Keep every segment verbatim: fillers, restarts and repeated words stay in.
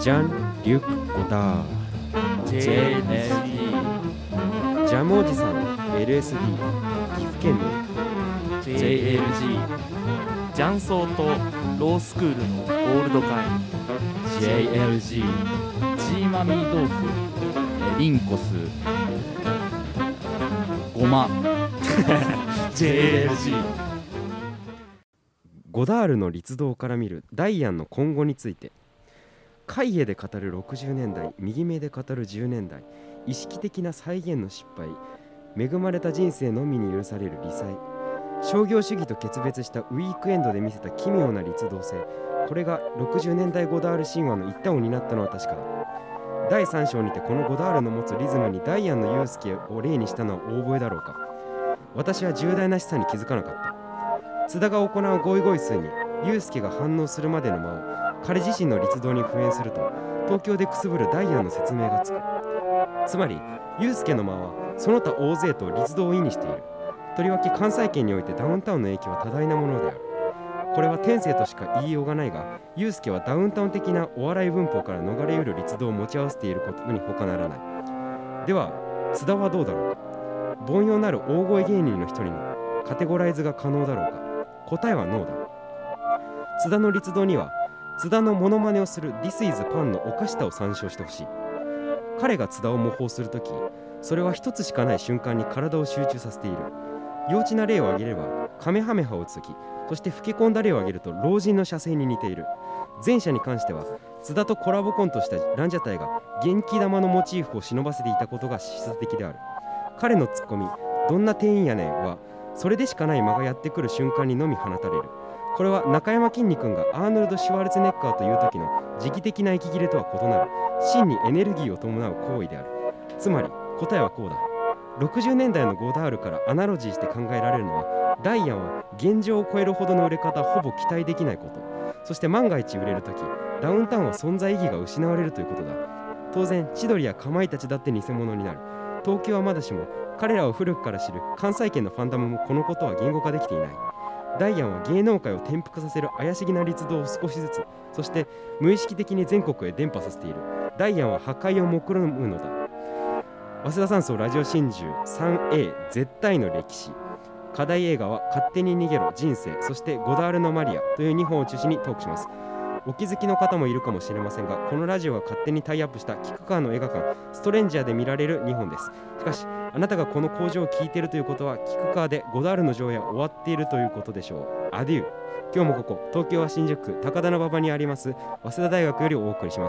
ジャン・リュック・ゴダールジェイエルジージャムおじさん エルエスディー 岐阜県民ジェイエルジー ジャンソーとロースクールのゴールド会ジェイエルジー ジーマミー豆腐えリンコスごまジェイエルジーゴダールの立道から見るダイアンの今後について。海へで語るろくじゅうねんだい、右目で語るじゅうねんだい、意識的な再現の失敗、恵まれた人生のみに許される理災、商業主義と決別したウィークエンドで見せた奇妙な立道性。これがろくじゅうねんだいゴダール神話の一端を担ったのは確かだ。だいさん章にてこのゴダールの持つリズムにダイアンのユウスケを例にしたのは大覚えだろうか。私は重大な示唆に気づかなかった。津田が行うゴイゴイスーにユウスケが反応するまでの間を彼自身の立道に復縁すると、東京でくすぶるダイアンの説明がつく。つまりユウスケの間はその他大勢と立道を意にしている。とりわけ関西圏においてダウンタウンの影響は多大なものである。これは天性としか言いようがないが、ユウスケはダウンタウン的なお笑い文法から逃れうる立道を持ち合わせていることに他ならない。では津田はどうだろうか。凡庸なる大声芸人の一人にカテゴライズが可能だろうか。答えはノーだ。津田の立道には津田のモノマネをする This is パンのおかしたを参照してほしい。彼が津田を模倣するとき、それは一つしかない瞬間に体を集中させている。幼稚な例を挙げればカメハメハを打つとき、そして老け込んだ例を挙げると老人の射精に似ている。前者に関しては津田とコラボコントしたランジャタイが元気玉のモチーフを忍ばせていたことが示唆的である。彼のツッコミどんな店員やねんはそれでしかない間がやってくる瞬間にのみ放たれる。これは中山きんに君がアーノルド・シュワルツェネッカーという時の時期的な息切れとは異なる真にエネルギーを伴う行為である。つまり答えはこうだ。ろくじゅうねんだいのゴダールからアナロジーして考えられるのは、ダイアンは現状を超えるほどの売れ方はほぼ期待できないこと、そして万が一売れる時ダウンタウンは存在意義が失われるということだ。当然千鳥やかまいたちだって偽物になる。東京はまだしも彼らを古くから知る関西圏のファンダムもこのことは言語化できていない。ダイアンは芸能界を転覆させる怪しげな立道を少しずつ、そして無意識的に全国へ伝播させている。ダイアンは破壊を目論むのだ。早稲田山荘ラジオ真珠 スリーエー 絶対の歴史。課題映画は勝手に逃げろ人生、そしてゴダールのマリアというにほんを中心にトークします。お気づきの方もいるかもしれませんが、このラジオが勝手にタイアップした菊川の映画館ストレンジャーで見られるにほんです。しかしあなたがこの工場を聞いているということは、菊川でゴダールの上映は終わっているということでしょう。アデュー。今日もここ東京は新宿区高田馬場にあります早稲田大学よりお送りします。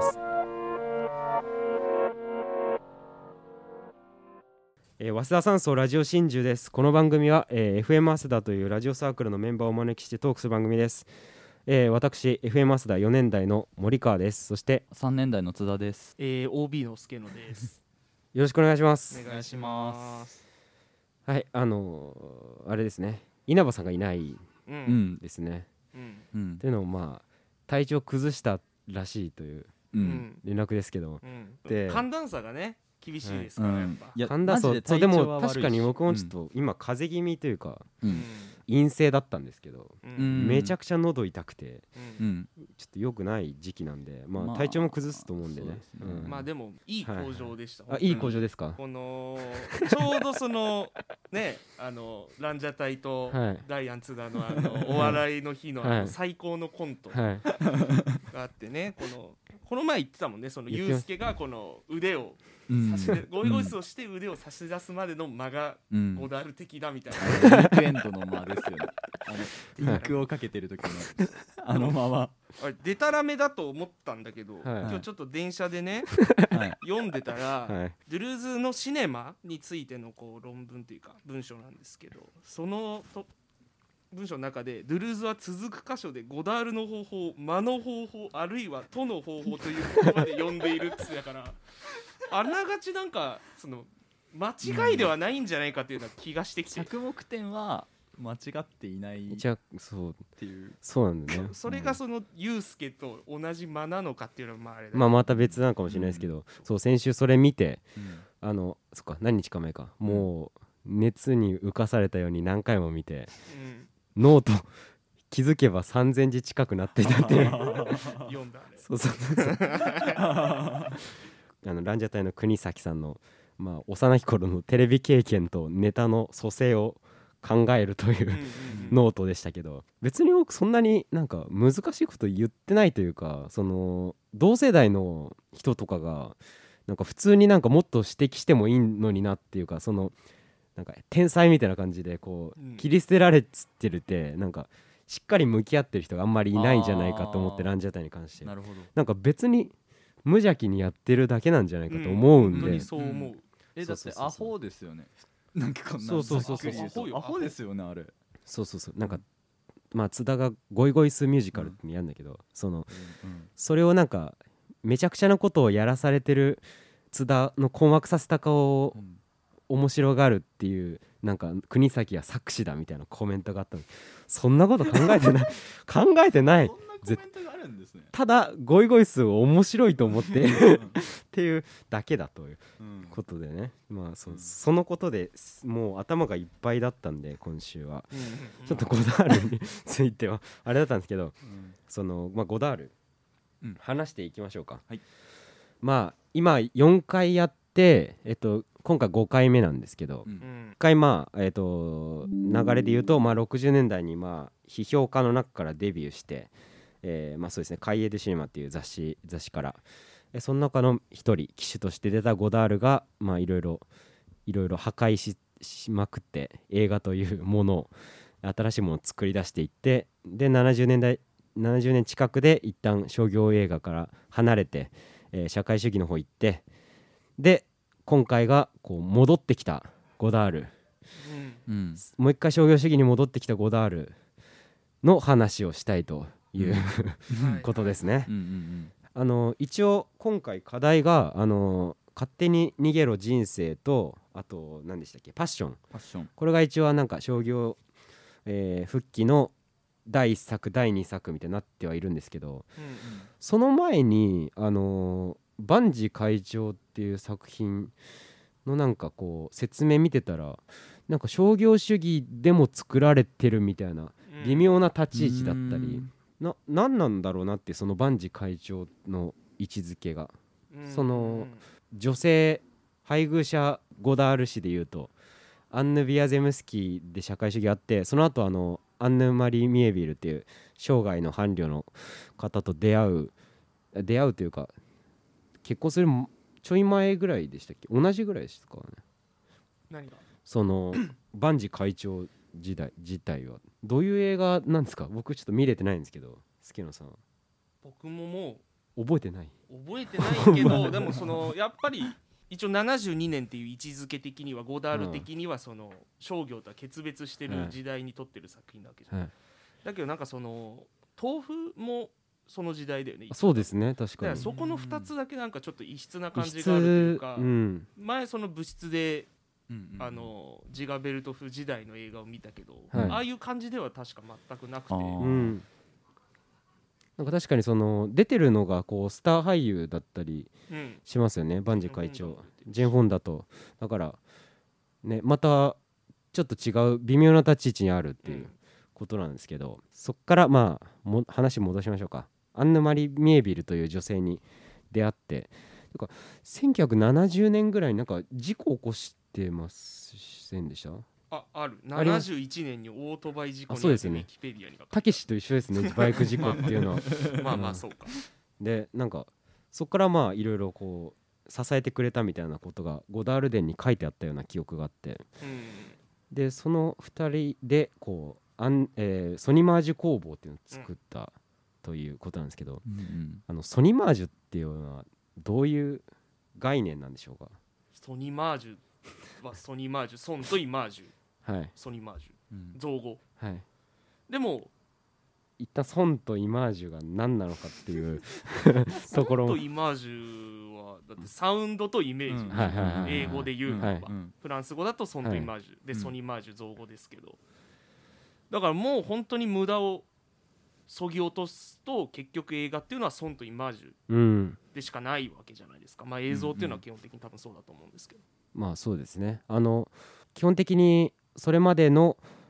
えー、早稲田山荘ラジオ真珠です。この番組は、えー、エフエム 早稲田というラジオサークルのメンバーをお招きしてトークする番組です。えー、私 エフエム 早稲田よねんだいの森川です。そしてさんねんだいの津田です。 えー、オービー の助野ですよろしくお願いします。 お願いします。 はい、あのー、あれですね、稲葉さんがいないうんうんですね、 うんうんというのもまあ体調崩したらしいというううんん連絡ですけど、 うんで寒暖差がね厳しいですから、やっぱ、 いや寒暖差マジそうで体調は悪いしも確かに僕もちょっと今風邪気味というかうん陰性だったんですけど、 ううんんめちゃくちゃ喉痛くてううんんちょっと良くない時期なんで、まあまあ体調も崩すと思うんでね、 そうですねうんまあでもいい工場でした、 あいい工場ですか。 このちょうどそのねあのランジャタイとはいダイアン津田のあのお笑いの日のあはいの最高のコントはいがあってね、このこの前言ってたもんね、そのユ言ってますウスケがこの腕をうん差し出ゴイゴイスをして腕を差し出すまでの間がうんゴダール的だみたいな、 ウィークエンドの間ですよね。あのリンクをかけてる時のあのまま、 あれデタラメだと思ったんだけど、 はい今日ちょっと電車でねはい読んでたら、 はいドゥルーズのシネマについてのこう論文というか文章なんですけど、そのと文章の中でドゥルーズは続く箇所でゴダールの方法、間の方法、あるいはとの方法という言葉で呼んでいるっつだからあながちなんかその間違いではないんじゃないかというような気がしてきて、 着目点は間違っていないっじゃあそうていう。 そうなんだね。 それがそのユウスケと同じ間なのかっていうのはまああれだけど、 まあまた別なのかもしれないですけど、そう先週それ見てうんあのそっか何日か前かもう熱に浮かされたように何回も見てうんノート気づけばさんぜんじ近くなっていたっていう読んだね。 そうそうそうそうあのランジャタイの国崎さんの、まあ、幼き頃のテレビ経験とネタの組成を考えるという、 うんうんうんノートでしたけど、別に僕そんなになんか難しいこと言ってないというか、その同世代の人とかがなんか普通になんかもっと指摘してもいいのになっていうか、そのなんか天才みたいな感じでこうんう切り捨てられてるってなんかしっかり向き合ってる人があんまりいないんじゃないかと思って、 あーランジャタイに関してなるほど。 なんか別に無邪気にやってるだけなんじゃないかと思うんで、 本当にそう思う。 えだってアホですよね。なんかこんなそうそうそうそうざっくり言うとアホですよねあれ。 そうそうそうなんかまあ津田がゴイゴイスーミュージカルってやるんだけど、そのうんそれをなんかめちゃくちゃなことをやらされてる津田の困惑させた顔をうん面白がるっていうなんか国崎は作詞だみたいなコメントがあったの。そんなこと考えてない考えてない。 そんなコメントがあるんですね。 ただゴイゴイスーを面白いと思ってっていうだけだといううんことでね、まあそう、 うんそのことでもう頭がいっぱいだったんで今週はうんうんうんちょっとゴダールについてはあれだったんですけど、 うんその、まあ、ゴダール、 うん話していきましょうか。 はいまあ今よんかいやって、えっと、今回ごかいめなんですけど、 うんうんいっかいまあえっと流れで言うと、まあ、ろくじゅうねんだいにまあ批評家の中からデビューして、えーまあそうですね「カイエ・デ・シネマ」っていう雑誌雑誌からえその中の一人騎手として出たゴダールがまあいろいろいろいろ破壊ししまくって映画というものを新しいものを作り出していって、でななじゅうねんだいななじゅうねん近くで一旦商業映画から離れて、えー社会主義の方行って、で今回がこう戻ってきたゴダール、 うんうんもう一回商業主義に戻ってきたゴダールの話をしたいという、 はいことですね。 うんうんあの一応今回課題があの勝手に逃げろ人生と、あと何でしたっけ、パッション、 パッション。 これが一応はなんか商業、えー復帰のだいいっさくだいにさくみたいになってはいるんですけど、 うんその前にあのーバンジー会長っていう作品のなんかこう説明見てたら、なんか商業主義でも作られてるみたいなうん微妙な立ち位置だったり、 うんな何なんだろうなって、そのバンジー会長の位置づけがうんその女性配偶者ゴダール氏でいうとアンヌ・ビアゼムスキーで社会主義あって、その後あのアンヌ・マリー・ミエビルっていう生涯の伴侶の方と出会う出会うというか結婚するちょい前ぐらいでしたっけ、同じぐらいですかね、 何がそのバンジー会長時代自体はどういう映画なんですか。僕ちょっと見れてないんですけど、助野さん僕もも覚えてない。 う覚えてないけどでもそのやっぱり一応ななじゅうにねんっていう位置づけ的にはゴダール的にはその商業とは決別してる時代に撮ってる作品なわけじゃん、 はい、 だけどなんかその豆腐もその時代だよね。 そうですね、確だからかにそこのふたつだけなんかちょっと異質な感異じがあるという質、 か、 うん前その物質でうんうんあのジガベルトフ時代の映画を見たけど、 はいああいう感じでは確か全くなくてあーうん、なんか確かにその出てるのがこうスター俳優だったりうんしますよね、バンジー会ジェンフォンダ長も出てるしジェン・フォンダと。だからねまたちょっと違う微妙な立ち位置にあるっていううんことなんですけど、そっからまあも話戻しましょうか。アンヌ・マリ・ミエビルという女性に出会って、なんかせんきゅうひゃくななじゅうねんぐらいになんか事故を起こしてませんでした？ ああるありますななじゅういちねんにオートバイ事故にあそうですよねウィキペディアに書かたけしと一緒ですね、バイク事故っていうのは。 れてるまあまあそうか、 でなんかそっからまあいろいろこう支えてくれたみたいなことがゴダールデンに書いてあったような記憶があって、 うんでそのふたりでこうアン、えーソニマージュ工房っていうのを作ったということなんですけど、 うんうんあのソニマージュっていうのはどういう概念なんでしょうか。 ソニマージュはソニマージュソンとイマージュはいソニマージうんュ造語はい、 でも一旦ソンとイマージュが何なのかっていうところソンとイマージュはだってサウンドとイメージ、 うんはいはいはいはい英語で言うならば、 はいうんフランス語だとソンとイマージュ、でうんソニマージュ造語ですけど、だからもう本当に無駄をそぎ落とすと結局映画っていうのはソンとイマージュうんでしかないわけじゃないですか。まあ映像っていうのは基本的に多分そうだと思うんですけど、 まあそうですね、あの基本的にそれまでの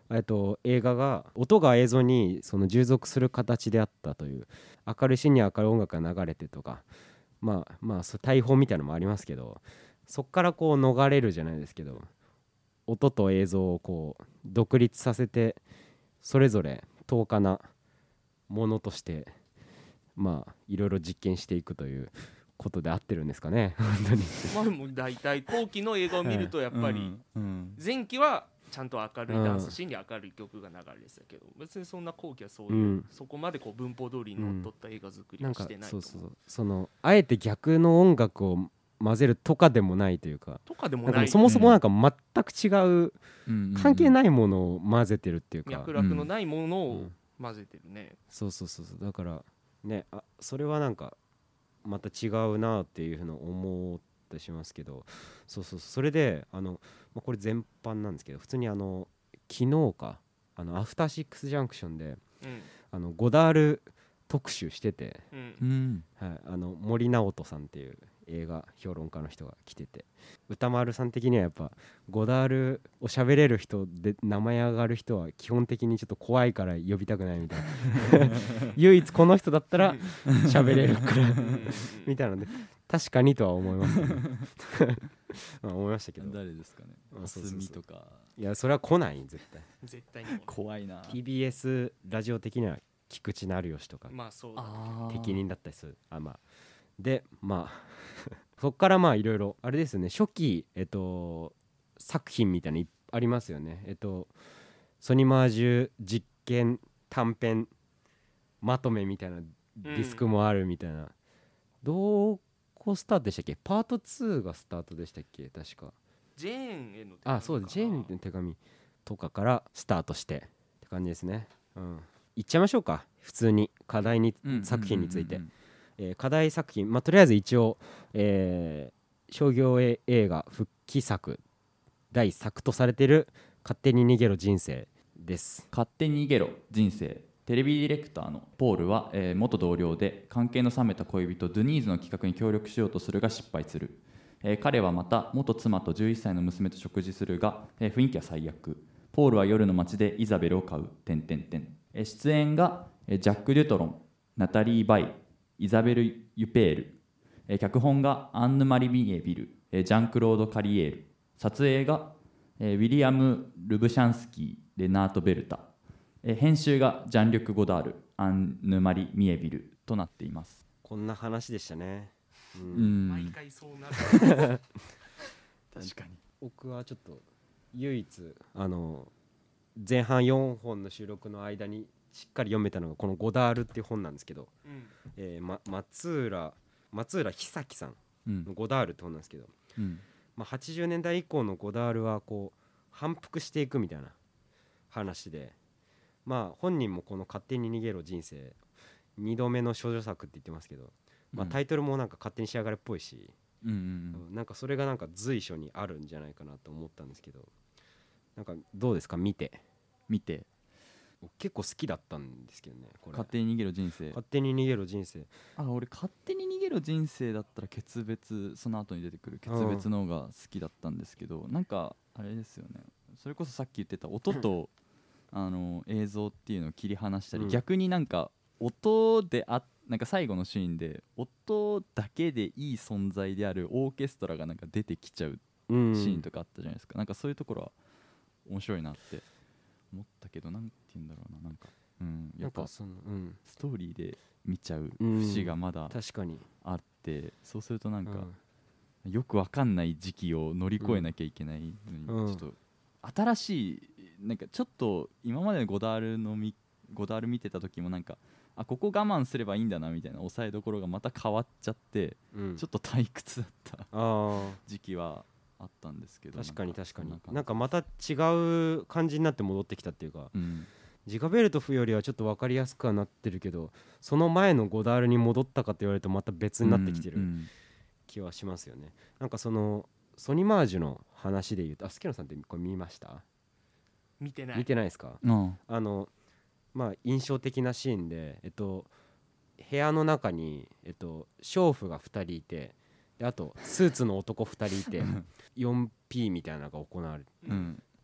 えっと、映画が音が映像にその従属する形であったという、明るいシーンに明るい音楽が流れてとか、まあまあそう大砲みたいなのもありますけど、そっからこう逃れるじゃないですけど、音と映像をこう独立させてそれぞれ等価なものとしてまあいろいろ実験していくということで合ってるんですかね本当にまあもう大体後期の映画を見るとやっぱりうんうん前期はちゃんと明るいダンスシーンに明るい曲が流れてたけど、別にそんな後期はそういう、 うんそこまでこう文法通りにのっとった映画作りなんかはしてないと思うそうそうそう、そのあえて逆の音楽を混ぜるとかでもないというか、 とかでもなんないかそもそもなんか全く違ううん関係ないものを混ぜてるっていうか、 脈絡のないものをうん混ぜてるね、 そうそうそうそう、だからね、あそれはなんかまた違うなっていうふうに思ったりしますけど、そうそうそう、それであの、まあ、これ全般なんですけど、普通にあの昨日かあのアフターシックスジャンクションでうんあのゴダール特集してて、 うんうんはい、あの森直人さんっていう映画評論家の人が来てて、歌丸さん的にはやっぱゴダールを喋れる人で名前上がる人は基本的にちょっと怖いから呼びたくないみたいな唯一この人だったら喋れるくらいみたいなので、確かにとは思いますけどまあ思いましたけど、 誰ですかね。おあそうそうそう墨とかいやそれは来ない絶対絶対に怖いな。 ティービーエス ラジオ的には菊池成吉とかまあそうだあー適任だったりする。あまあでまあそっからまあいろいろあれですよね、初期えっと作品みたいなのいっありますよね。えっとソニマージュ実験短編まとめみたいなディスクもあるみたいな、どこスタートでしたっけ？パートツーがスタートでしたっけ確か。 ジェーンへの手紙あそうだ、ジェーンの手紙とかからスタートしてって感じですね。うんいっちゃいましょうか、普通に課題に、 うん作品について、 うんうんえー課題作品、まあ、とりあえず一応、えー商業映画復帰作第一作とされている勝手に逃げろ人生です。 勝手に逃げろ人生。テレビディレクターのポールは、えー元同僚で関係の冷めた恋人ドゥニーズの企画に協力しようとするが失敗する、えー彼はまた元妻とじゅういっさいの娘と食事するが、えー雰囲気は最悪。ポールは夜の街でイザベルを買う。点々点えー出演が、えージャック・デュトロン、ナタリー・バイ、イザベル・ユペール、えー脚本がアンヌ・マリ・ミエビル、えージャンクロード・カリエール、撮影が、えーウィリアム・ルブシャンスキー、レナート・ベルタ、えー編集がジャンリュック・ゴダール、アンヌ・マリ・ミエビルとなっています。 こんな話でしたね。ううんん毎回そうなる確かに。 僕はちょっと唯一あの前半よんほんの収録の間にしっかり読めたのがこのゴダールっていう本なんですけど、 うんえーま、松浦松浦久樹さんうんのゴダールって本なんですけど、 うんまあ、はちじゅうねんだい以降のゴダールはこう反復していくみたいな話で、まあ本人もこの勝手に逃げろ人生にどめの少女作って言ってますけど、まあ、タイトルもなんか勝手に仕上がれっぽいし、 うんうんなんかそれがなんか随所にあるんじゃないかなと思ったんですけど、なんかどうですか見て。 見て僕結構好きだったんですけどねこれ。 勝手に逃げろ人生。 勝手に逃げろ人生。 あ俺勝手に逃げろ人生だったら決別、その後に出てくる決別の方が好きだったんですけど、なんかあれですよね、それこそさっき言ってた音とあの映像っていうのを切り離したり、 うん逆になんか音であなんか最後のシーンで音だけでいい存在であるオーケストラがなんか出てきちゃううんシーンとかあったじゃないですか、なんかそういうところは面白いなって思ったけど、なんて言うんだろうな、なんか、うん、やっぱなんかそのうんストーリーで見ちゃううん節がまだ確かにあって、そうするとなんか、 うんよくわかんない時期を乗り越えなきゃいけないのに、 うんちょっと新しいなんかちょっと今までのゴダールのみゴダール見てた時もなんかあここ我慢すればいいんだなみたいな抑えどころがまた変わっちゃって、 うんちょっと退屈だったあ時期はあったんですけど、 ー確かに確かにそんなんかまた違う感じになって戻ってきたっていうか、 うんジガベルトフよりはちょっと分かりやすくはなってるけど、その前のゴダールに戻ったかと言われるとまた別になってきてるうん気はしますよね。なんかそのソニマージュの話で言うと、あスケノさんってこれ見ました？ 見てない見てないですか？ うんあのまあ印象的なシーンで、えっと部屋の中にえっと娼婦がふたりいて、であとスーツの男ふたりいて よんピー みたいなのが行われる。 うん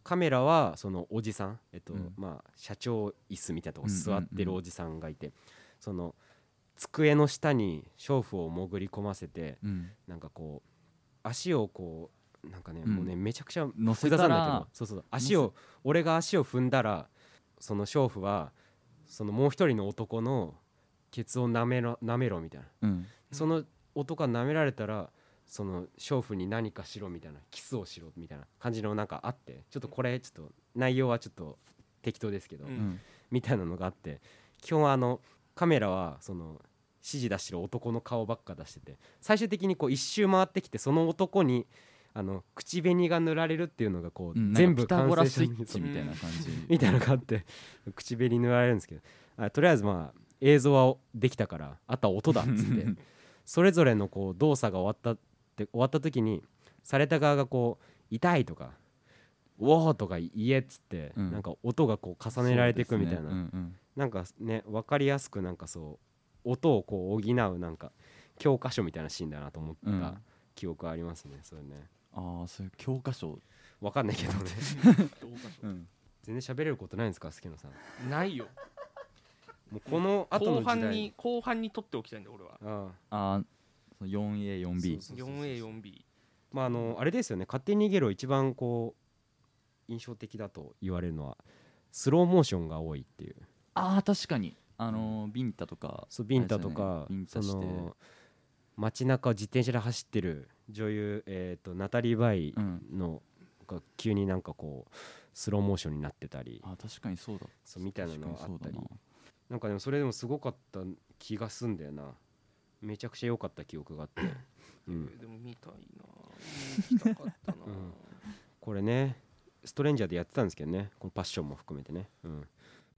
カメラはそのおじさん、えっとうんまあ、社長椅子みたいなとこうんうんうん座ってるおじさんがいて、その机の下に娼婦を潜り込ませて、 うんなんかこう足をこうなんかね、 うんもうねめちゃくちゃ乗せ複雑たらなんだけど、そうそう足を俺が足を踏んだらその娼婦はそのもう一人の男のケツを舐めろ舐めろみたいな、 うんその男が舐められたらその娼婦に何かしろみたいな、キスをしろみたいな感じのなんかあって、ちょっとこれちょっと内容はちょっと適当ですけど、 うんうんみたいなのがあって、基本はあのカメラはその指示出してる男の顔ばっか出してて、最終的にこう一周回ってきてその男にあの口紅が塗られるっていうのがこう、 うん全部なんかピタゴラスイ完成ッチみたいな感じみたいなのがあって口紅塗られるんですけど、あとりあえずまあ映像はできたからあとは音だっつってそれぞれのこう動作が終わったって終わった時にされた側がこう痛いとかうおーとか言えっつって、 うんなんか音がこう重ねられていくみたいな、 そうですねうんなんかね分かりやすくなんかそう音をこう補うなんか教科書みたいなシーンだなと思っうんうんた記憶ありますね。それねああそういう教科書分かんないけどねどうかしうん全然喋れることないんですか助野さん。 らないよ。 もうこの後の後時代半に後半に取っておきたいんだ俺は。 ああああ よんエーよんビーそうそうそうよんエーよんビまああのあれですよね、勝手に逃げろ一番こう印象的だと言われるのはスローモーションが多いっていう。 ああ確かにあのービンタとかそうビンタとか、 あれですよねビンタそしての街中を自転車で走ってる女優、えー、とナタリー・バイうんのが急になんかこうスローモーションになってたり、 あ確かにそうだそうみたいなのがあったり確かにそうだななんかでもそれでもすごかった気がすんだよな。めちゃくちゃ良かった記憶があって、うん、 でも見たいな、見に行きたかったな、 うんこれねストレンジャーでやってたんですけどね、このパッションも含めてね、うん、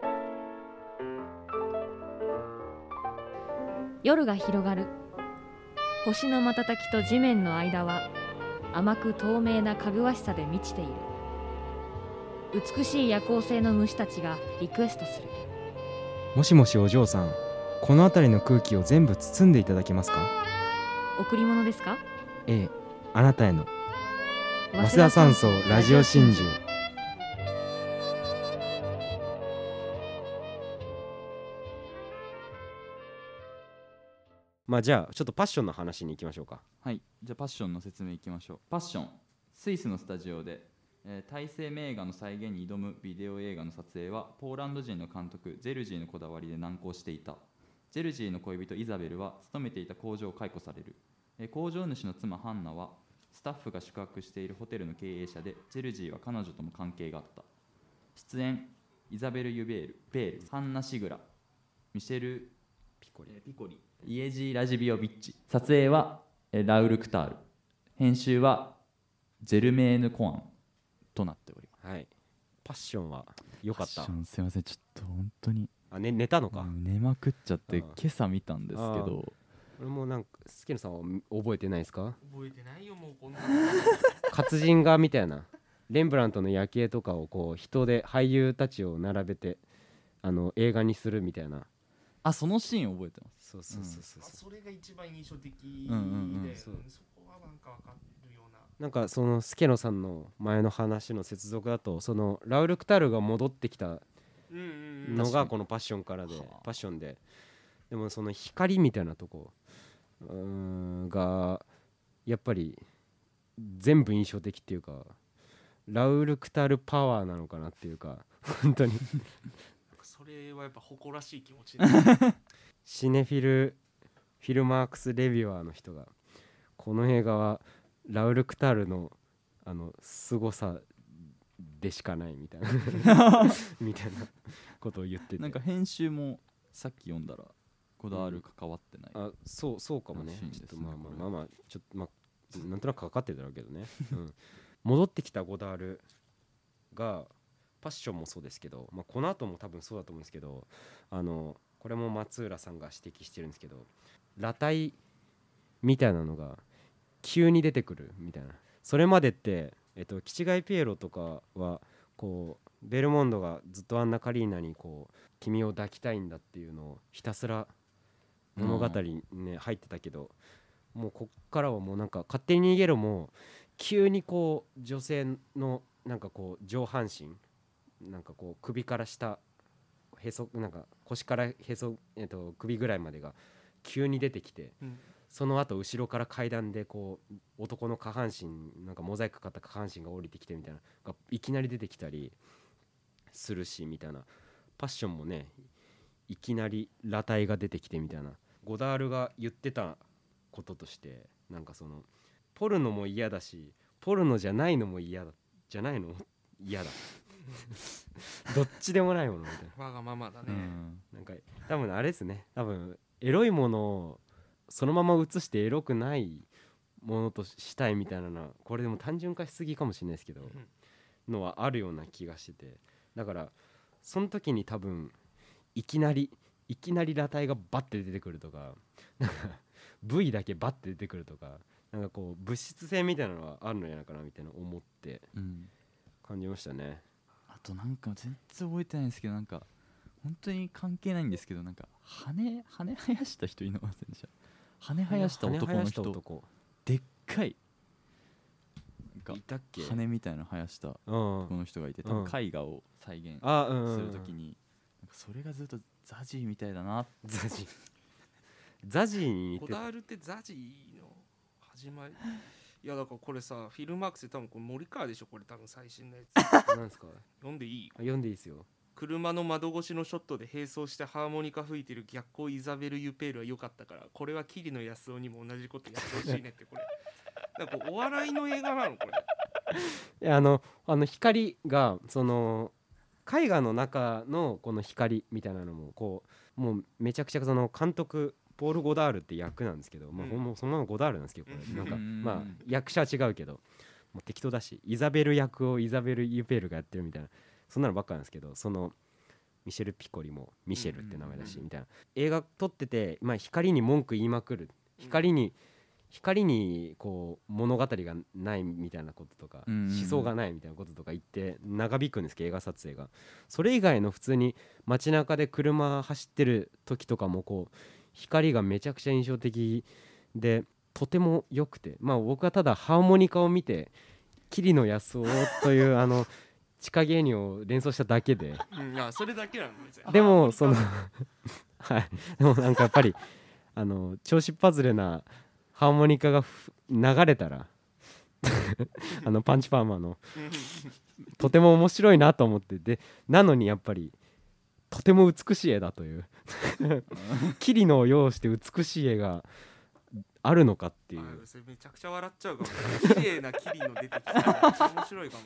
夜が広がる。星の瞬きと地面の間は甘く透明なかぐわしさで満ちている。美しい夜行性の虫たちがリクエストする。 もしもしお嬢さん、この辺りの空気を全部包んでいただけますか？ 贈り物ですか？ ええ、あなたへの早稲田山荘ラジオ真珠。 まあじゃあちょっとパッションの話に行きましょうか。 はいじゃあパッションの説明いきましょう。パッションスイスのスタジオで、えー、大西名画の再現に挑むビデオ映画の撮影はポーランド人の監督ジェルジーのこだわりで難航していた。ジェルジーの恋人イザベルは勤めていた工場を解雇される。えー工場主の妻ハンナはスタッフが宿泊しているホテルの経営者で、ジェルジーは彼女とも関係があった。出演イザベル・ユベール、ベール、ハンナ・シグラ、ミシェル・ピコリ、ピコリイエジー・ラジビオビッチ。撮影はえーラウル・クタール、編集はジェルメーヌ・コアンとなっております。 はい、パッションは良かった。 パッションすいませんちょっと本当にあ、ね、寝たのか、 うん寝まくっちゃってああ今朝見たんですけど、 俺もなんかスケルさんは覚えてないですか？ 覚えてないよもうこんな活人画みたいなレンブラントの夜景とかをこう人で俳優たちを並べてあの映画にするみたいな。 あそのシーン覚えてます。 そうそうそうそうあそれが一番印象的で、 うんうんうんそそうこはなんかわかるような。 なんかそのスケノさんの前の話の接続だと、そのラウル・クタールが戻ってきたうんうんうんの確かにがこのパッションからで、 はあパッションで、でもその光みたいなとこうーんがやっぱり全部印象的っていうか、ラウル・クタールパワーなのかなっていうか本当にそれはやっぱ誇らしい気持ちシネフィルフィルマークスレビュアーの人がこの映画はラウル・クタールのあの凄さでしかないみたいなみたいなことを言ってて、 なんか編集もさっき読んだらこだわる関わってない、 あそうそうかもねらしいんですねちょっとまあまこれあまあまあちょっとまあなんとなくかかってるだろうけどね、うん、戻ってきたゴダールがパッションもそうですけど、まあ、この後も多分そうだと思うんですけど、あのこれも松浦さんが指摘してるんですけど、裸体みたいなのが急に出てくるみたいな。それまでって、えっと、キチガイ・ピエロとかはこうベルモンドがずっとアンナ・カリーナにこう君を抱きたいんだっていうのをひたすら物語に、ね、入ってたけど、もうこっからはもうなんか勝手に逃げろも急にこう女性のなんかこう上半身なんかこう首から下へそなんか腰からへそ、えっと、首ぐらいまでが急に出てきて、 うんその後後ろから階段でこう男の下半身なんかモザイクかかった下半身が降りてきてみたいながいきなり出てきたりするしみたいな。パッションもねいきなり裸体が出てきてみたいな。ゴダールが言ってたこととしてなんかそのポルノも嫌だしポルノじゃないのも嫌だじゃないの嫌だどっちでもないものみたいな。 わがままだね、 うんなんか多分あれですね、多分エロいものをそのまま映してエロくないものとしたいみたいなのはこれでも単純化しすぎかもしれないですけど、のはあるような気がしてて、だからその時に多分いきなりいきなり裸体がバッて出てくるとかなんか V だけバッて出てくるとかなんかこう物質性みたいなのはあるのじゃないかなみたいな思ってうん感じましたね。 あとなんか全然覚えてないんですけどなんか本当に関係ないんですけどなんか羽羽生やした人いませんでした？羽生やした男羽生やしたの人男でっかいなんかいたっけ？ 羽みたいなの生やしたうん男の人がいて多うん分絵画を再現あうんうんすうんるときになんかそれがずっとザジーみたいだなザジザジーに似てた。 ゴダールってザジーの始まりいやだからこれさフィルマークスで多分これ森川でしょこれ多分最新のやつなんですか？ 読んでいい？ あ読んでいいですよ。 車の窓越しのショットで並走してハーモニカ吹いてる逆光イザベル・ユペールは良かったからこれは桐野安夫にも同じことやってほしいねってこれなんかお笑いの映画なのこれ。 いやあのあの光がその絵画の中のこの光みたいなのもこうもうめちゃくちゃその監督ポール・ゴダールって役なんですけど、まあ、 うんほんまそのままゴダールなんですけどこれなんかうんまあ役者は違うけどもう適当だしイザベル役をイザベル・ユペールがやってるみたいなそんなのばっかなんですけど、そのミシェル・ピコリもミシェルって名前だしみたいな映画撮ってて、まあ、光に文句言いまくる光に光にこう物語がないみたいなこととか、 うんうんうん思想がないみたいなこととか言って長引くんですけど映画撮影がそれ以外の普通に街中で車走ってる時とかもこう光がめちゃくちゃ印象的でとても良くて、まあ僕はただハーモニカを見て桐野安夫というあの地下芸人を連想しただけでうん、あそれだけなの別にでもそのはいでもなんかやっぱりあの調子っ外れなハーモニカがふ流れたらあのパンチパーマのとても面白いなと思ってでなのにやっぱりとても美しい絵だという桐野を要して美しい絵があるのかっていうあそれめちゃくちゃ笑っちゃうかも綺麗な桐野出てきたらめっちゃ面白いかも。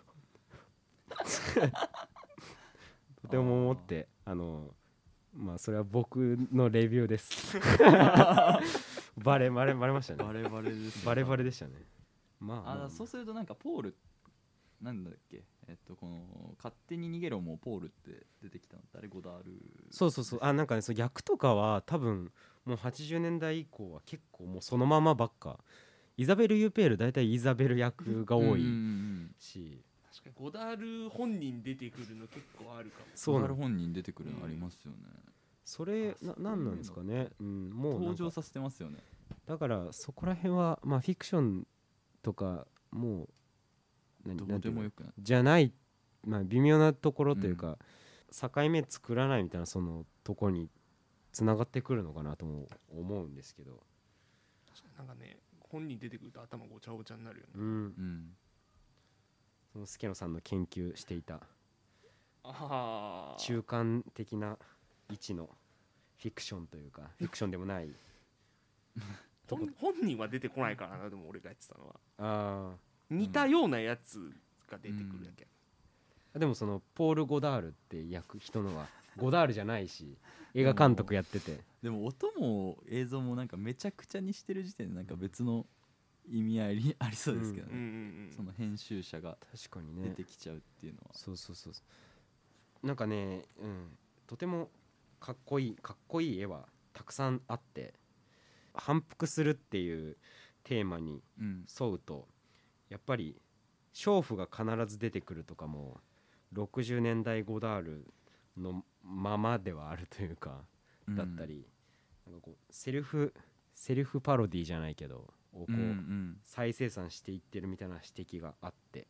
とても思ってあのまあそれは僕のレビューですバレバレバレましたねバレバレですねバレバレでしたね。まあ、 あまあだそうするとなんかポールなんだっけえっとこの勝手に逃げろもポールって出てきたのってあれゴダールそうそうそうあなんかねその役とかは多分もうはちじゅうねんだい以降は結構もうそのままばっかイザベル・ユペール大体イザベル役が多いうんうんうんし確かにゴダール本人出てくるの結構あるかも。 そうなのゴダール本人出てくるのありますよね、 それななんなんですかね、うん、もうなんか登場させてますよねだからそこら辺はまあフィクションとかもう何どうなんていうのでもよくなじゃないまあ微妙なところというか、境目作らないみたいなそのとこにつながってくるのかなとも思うんですけど、 確かになんかね本人出てくると頭ごちゃごちゃになるよね。 うん、 うんその助野さんの研究していたああ中間的な位置のフィクションというかフィクションでもないとこ本本人は出てこないからなでも俺がやってたのはあ似たようなやつが出てくるだけ。 ーでもそのポール・ゴダールって役人のはゴダールじゃないし映画監督やっててでも音も映像もなんかめちゃくちゃにしてる時点でなんか別の意味合いありそうですけどうんうんね、 うんその編集者が確かにね出てきちゃうっていうのは、 そうそうそうそうなんかね、うん、とてもかっこいいかっこいい絵はたくさんあって反復するっていうテーマにうん沿うとやっぱり娼婦が必ず出てくるとかもろくじゅうねんだいゴダールのままではあるというかだったり、なんかこうセルフセルフパロディじゃないけどをこう、 うんうん再生産していってるみたいな指摘があってそ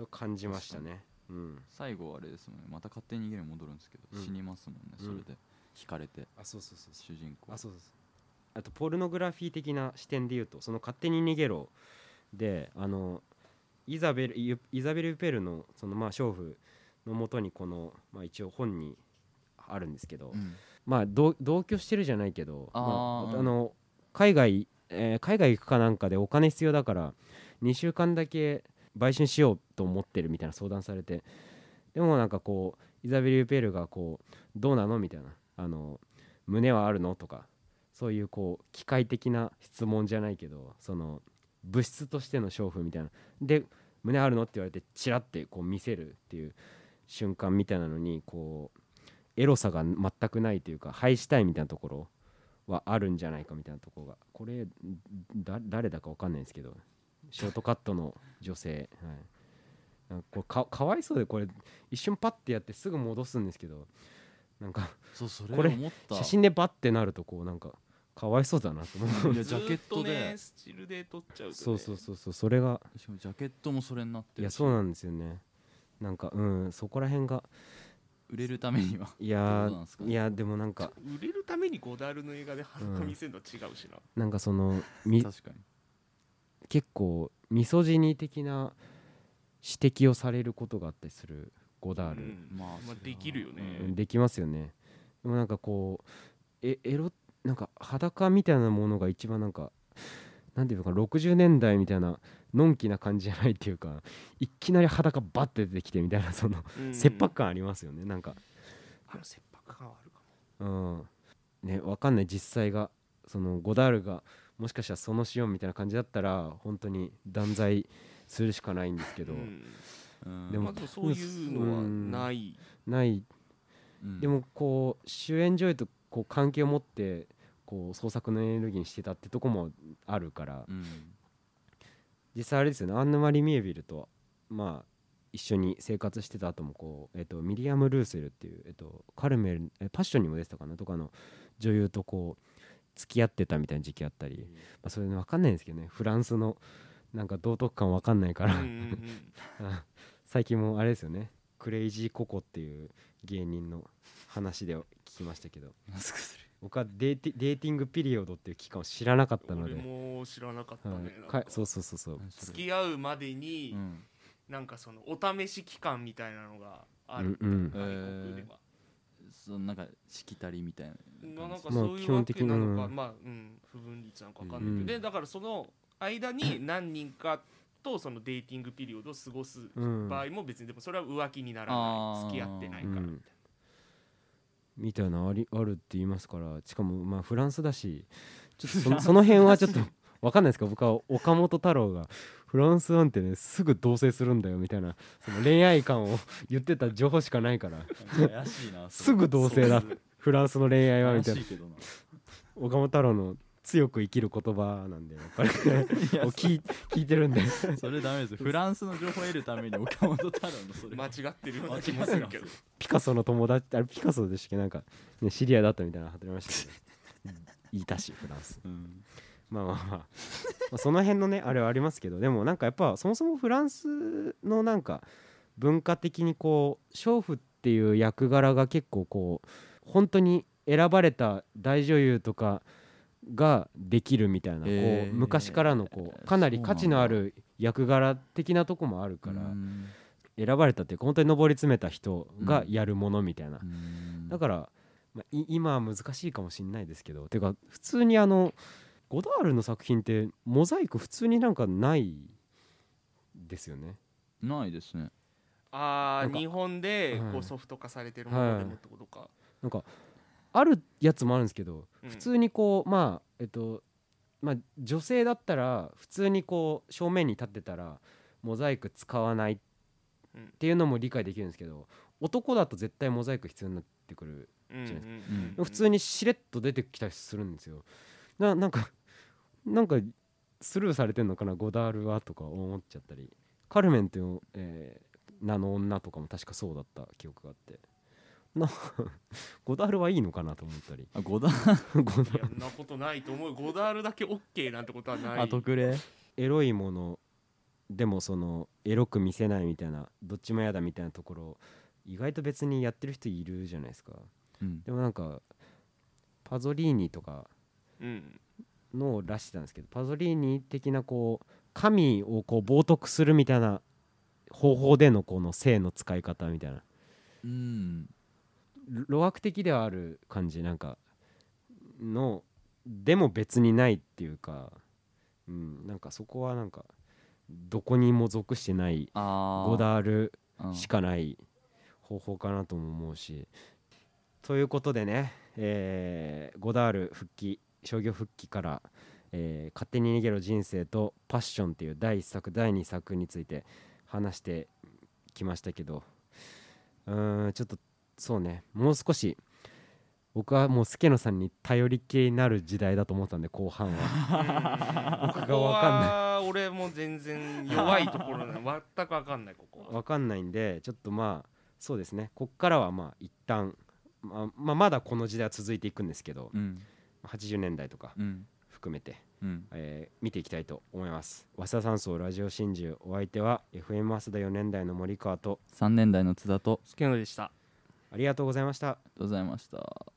そう感じましたね。うん、 最後あれですもんね、また勝手に逃げるに戻るんですけど、 うん、 死にますもんね、それで惹かれて、 あそうそうそう主人公あそうそうあとポルノグラフィー的な視点で言うと、その勝手に逃げろで、あのイザベルイザベル・ペルのそのまあ娼婦のもとにこの、まあ、一応本にあるんですけど、うん、まあ同居してるじゃないけど、あ、まあ、あの海外、えー、海外行くかなんかでお金必要だからにしゅうかんだけ売春しようと思ってるみたいな相談されて、でもなんかこうイザベル・ペルがこうどうなのみたいな、あの胸はあるのとか、そういうこう機械的な質問じゃないけど、その物質としての娼婦みたいなで、胸あるのって言われてチラってこう見せるっていう瞬間みたいなのに、こうエロさが全くないというか、廃したいみたいなところはあるんじゃないかみたいなところが、これだ誰だか分かんないんですけど、ショートカットの女性、はい、なんかこれ か, かわいそうで、これ一瞬パッてやってすぐ戻すんですけど、なんかそうそれこれ写真でバッてなるとこうなんかかわいそうだなと思う。 いやジャケットで、 ね、スチルで撮っちゃうと、ね、 そうそうそうそう、それがしかもジャケットもそれになってるし、 いやそうなんですよね。なんかうんそこら辺が売れるためには、 いやいやでもなんか売れるためにゴダールの映画で裸見せるのは違うしな、 うん、なんかそのみ確かに結構ミソジニ的な指摘をされることがあったりするゴダール、うん、 まあ、まあできるよね、 うん、できますよね。でもなんかこうえエロなんか裸みたいなものが一番なんかなんていうのかろくじゅうねんだいみたいなのんきな感じじゃないっていうか、いきなり裸バッて出てきてみたいな、その、うん、切迫感ありますよね。なんかあの切迫感はあるかも、 うんね、分かんない実際がそのゴダールがもしかしたらそのシオンみたいな感じだったら本当に断罪するしかないんですけど、うんうん、でも、まあ、でもそういうのはない、 うん、ない、うん、でもこう主演女優とこう関係を持ってこう創作のエネルギーにしてたってとこもあるから、うん、実際あれですよね、アンヌ・マリー・ミエビルとまあ一緒に生活してた後もこう、えっと、ミリアム・ルーセルっていう、えっと、カルメルえパッションにも出てたかなとかの女優とこう付き合ってたみたいな時期あったり、うんまあ、それ分かんないんですけどね、フランスのなんか道徳感分かんないから最近もあれですよね、クレイジーココっていう芸人の話で聞きましたけど僕はデーティ、デーティングピリオドっていう期間を知らなかったので。 俺も知らなかったね、 はい、そうそうそうそう、 付き合うまでに、うん、なんかそのお試し期間みたいなのがある、 うんうん、 外国では、 えー、そのなんかしきたりみたいな、 なんかそういうわけなのか、まあ、うん、不分率なのか分かんないけど、うん、でだからその間に何人かとそのデーティングピリオドを過ごす場合も別に、でもそれは浮気にならない、付き合ってないからみたいな、うんみたいなありあるって言いますから、しかもまあフランスだし、ちょっと そ, のその辺はちょっと分かんないですか。僕は岡本太郎がフランスなんてねすぐ同棲するんだよみたいなその恋愛観を言ってた情報しかないから怪しいなすぐ同棲だフランスの恋愛はみたいな。岡本太郎の強く生きる言葉なんでやっぱり聞, い聞いてるんでそれダメです。フランスの情報を得るために岡本太郎のそれ間違ってるような気もするけどピカソの友達あれピカソでしたっけ、なんか、ね、知り合いだったみたいなの貼ってましたけど言いたしフランス、うん、まあまあまあ、まあその辺のねあれはありますけど、でもなんかやっぱそもそもフランスのなんか文化的にこう娼婦っていう役柄が結構こう本当に選ばれた大女優とかができるみたいな、 えー、 こう昔からのこうかなり価値のある役柄的なとこもあるから、選ばれたっていうか本当に上り詰めた人がやるものみたいな、だから、まあ、今は難しいかもしれないですけど、てか普通にあのゴダールの作品ってモザイク普通になんかないですよね。 ないですね。 ああ日本でこうソフト化されてるものでもってことか、はい、 なんかあるやつもあるんですけど、うん、普通にこうまあえっとまあ女性だったら普通にこう正面に立ってたらモザイク使わないっていうのも理解できるんですけど、男だと絶対モザイク必要になってくるじゃないですか、うんうん、普通にしれっと出てきたりするんですよ。な, なんかなんかスルーされてんのかなゴダールはとか思っちゃったり、カルメンっていう、えー、名の女とかも確かそうだった記憶があって、なゴダールはいいのかなと思ったり。 あゴダールゴダールいやんなことないと思う。ゴダールだけ OK なんてことはない。 あ特例エロいものでもそのエロく見せないみたいな、どっちも嫌だみたいなところ意外と別にやってる人いるじゃないですか。 うんでもなんかパゾリーニとかうんのを出してたんですけど、パゾリーニ的なこう神をこう冒涜するみたいな方法でのこの性の使い方みたいな、 うん露悪的ではある感じなんかのでも別にないっていうか、うん、なんかそこはなんかどこにも属してないあゴダールーしかない方法かなとも思うし、ということでね、えーゴダール復帰商業復帰から、えー勝手に逃げろ人生とパッションっていうだいいっさくだいにさくについて話してきましたけど、うーんちょっとそうね、もう少し僕はもう助野さんに頼り系になる時代だと思ったんで、後半は僕が分かんないない俺も全然弱いところなの全く分かんないここは分かんないんで、ちょっとまあそうですね、こっからはまあ一旦まあ、まあ、まだこの時代は続いていくんですけど、 うんはちじゅうねんだいとかうん含めて、 うんえー見ていきたいと思います。早稲田山荘ラジオ真珠、お相手は エフエム 早稲田よねんだいの森川と、 さんねんだいの津田と助野でしたありがとうございました。 ありがとうございました。